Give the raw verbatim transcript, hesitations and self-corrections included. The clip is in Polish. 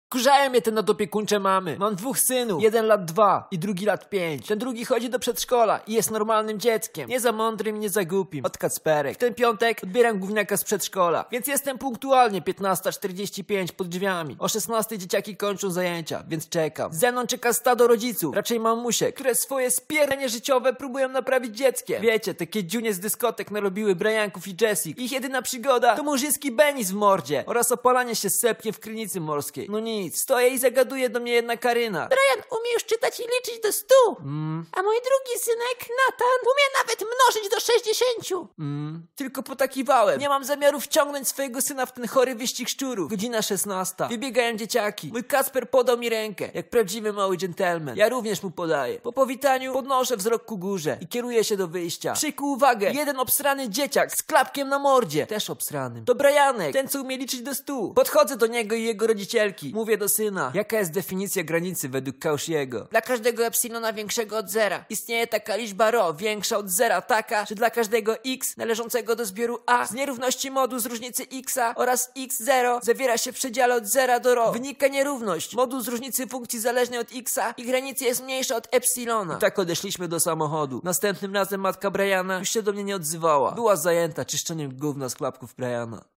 Wkurzają mnie te nadopiekuńcze mamy. Mam dwóch synów. Jeden lat dwa i drugi lat pięć. Ten drugi chodzi do przedszkola i jest normalnym dzieckiem. Nie za mądrym, nie za głupim. Od Kacperek. W ten piątek odbieram gówniaka z przedszkola. Więc jestem punktualnie piętnasta czterdzieści pięć pod drzwiami. O szesnastej dzieciaki kończą zajęcia, więc czekam. Ze mną czeka stado rodziców, raczej mamusiek, które swoje spierdanie życiowe próbują naprawić dzieckiem. Wiecie, takie dziunie z dyskotek narobiły Brianków i Jessic. Ich jedyna przygoda to murzyński Benis w mordzie oraz opalanie się sepkiem w krynicy morskiej. No nie. Stoję i zagaduje do mnie jedna Karyna. Brian, umiesz czytać i liczyć do stu. Mm. A mój drugi synek, Nathan, umie nawet mnożyć do sześćdziesięciu. Mm. Tylko potakiwałem. Nie mam zamiaru wciągnąć swojego syna w ten chory wyścig szczurów. Godzina szesnasta. Wybiegają dzieciaki. Mój Kacper podał mi rękę, jak prawdziwy mały dżentelmen. Ja również mu podaję. Po powitaniu podnoszę wzrok ku górze i kieruję się do wyjścia. Przykuł uwagę. Jeden obsrany dzieciak z klapkiem na mordzie. Też obsranym. To Brianek, ten co umie liczyć do stu. Podchodzę do niego i jego rodzicielki. Mówię do syna, jaka jest definicja granicy według Kaushiego? Dla każdego epsilona większego od zera istnieje taka liczba rho większa od zera, taka, że dla każdego x należącego do zbioru a z nierówności modu z różnicy xa oraz x zero zawiera się w przedziale od zera do rho. Wynika nierówność modu z różnicy funkcji zależnej od xa i granicy jest mniejsza od epsilona. I tak odeszliśmy do samochodu. Następnym razem matka Briana już się do mnie nie odzywała. Była zajęta czyszczeniem gówna z klapków Briana.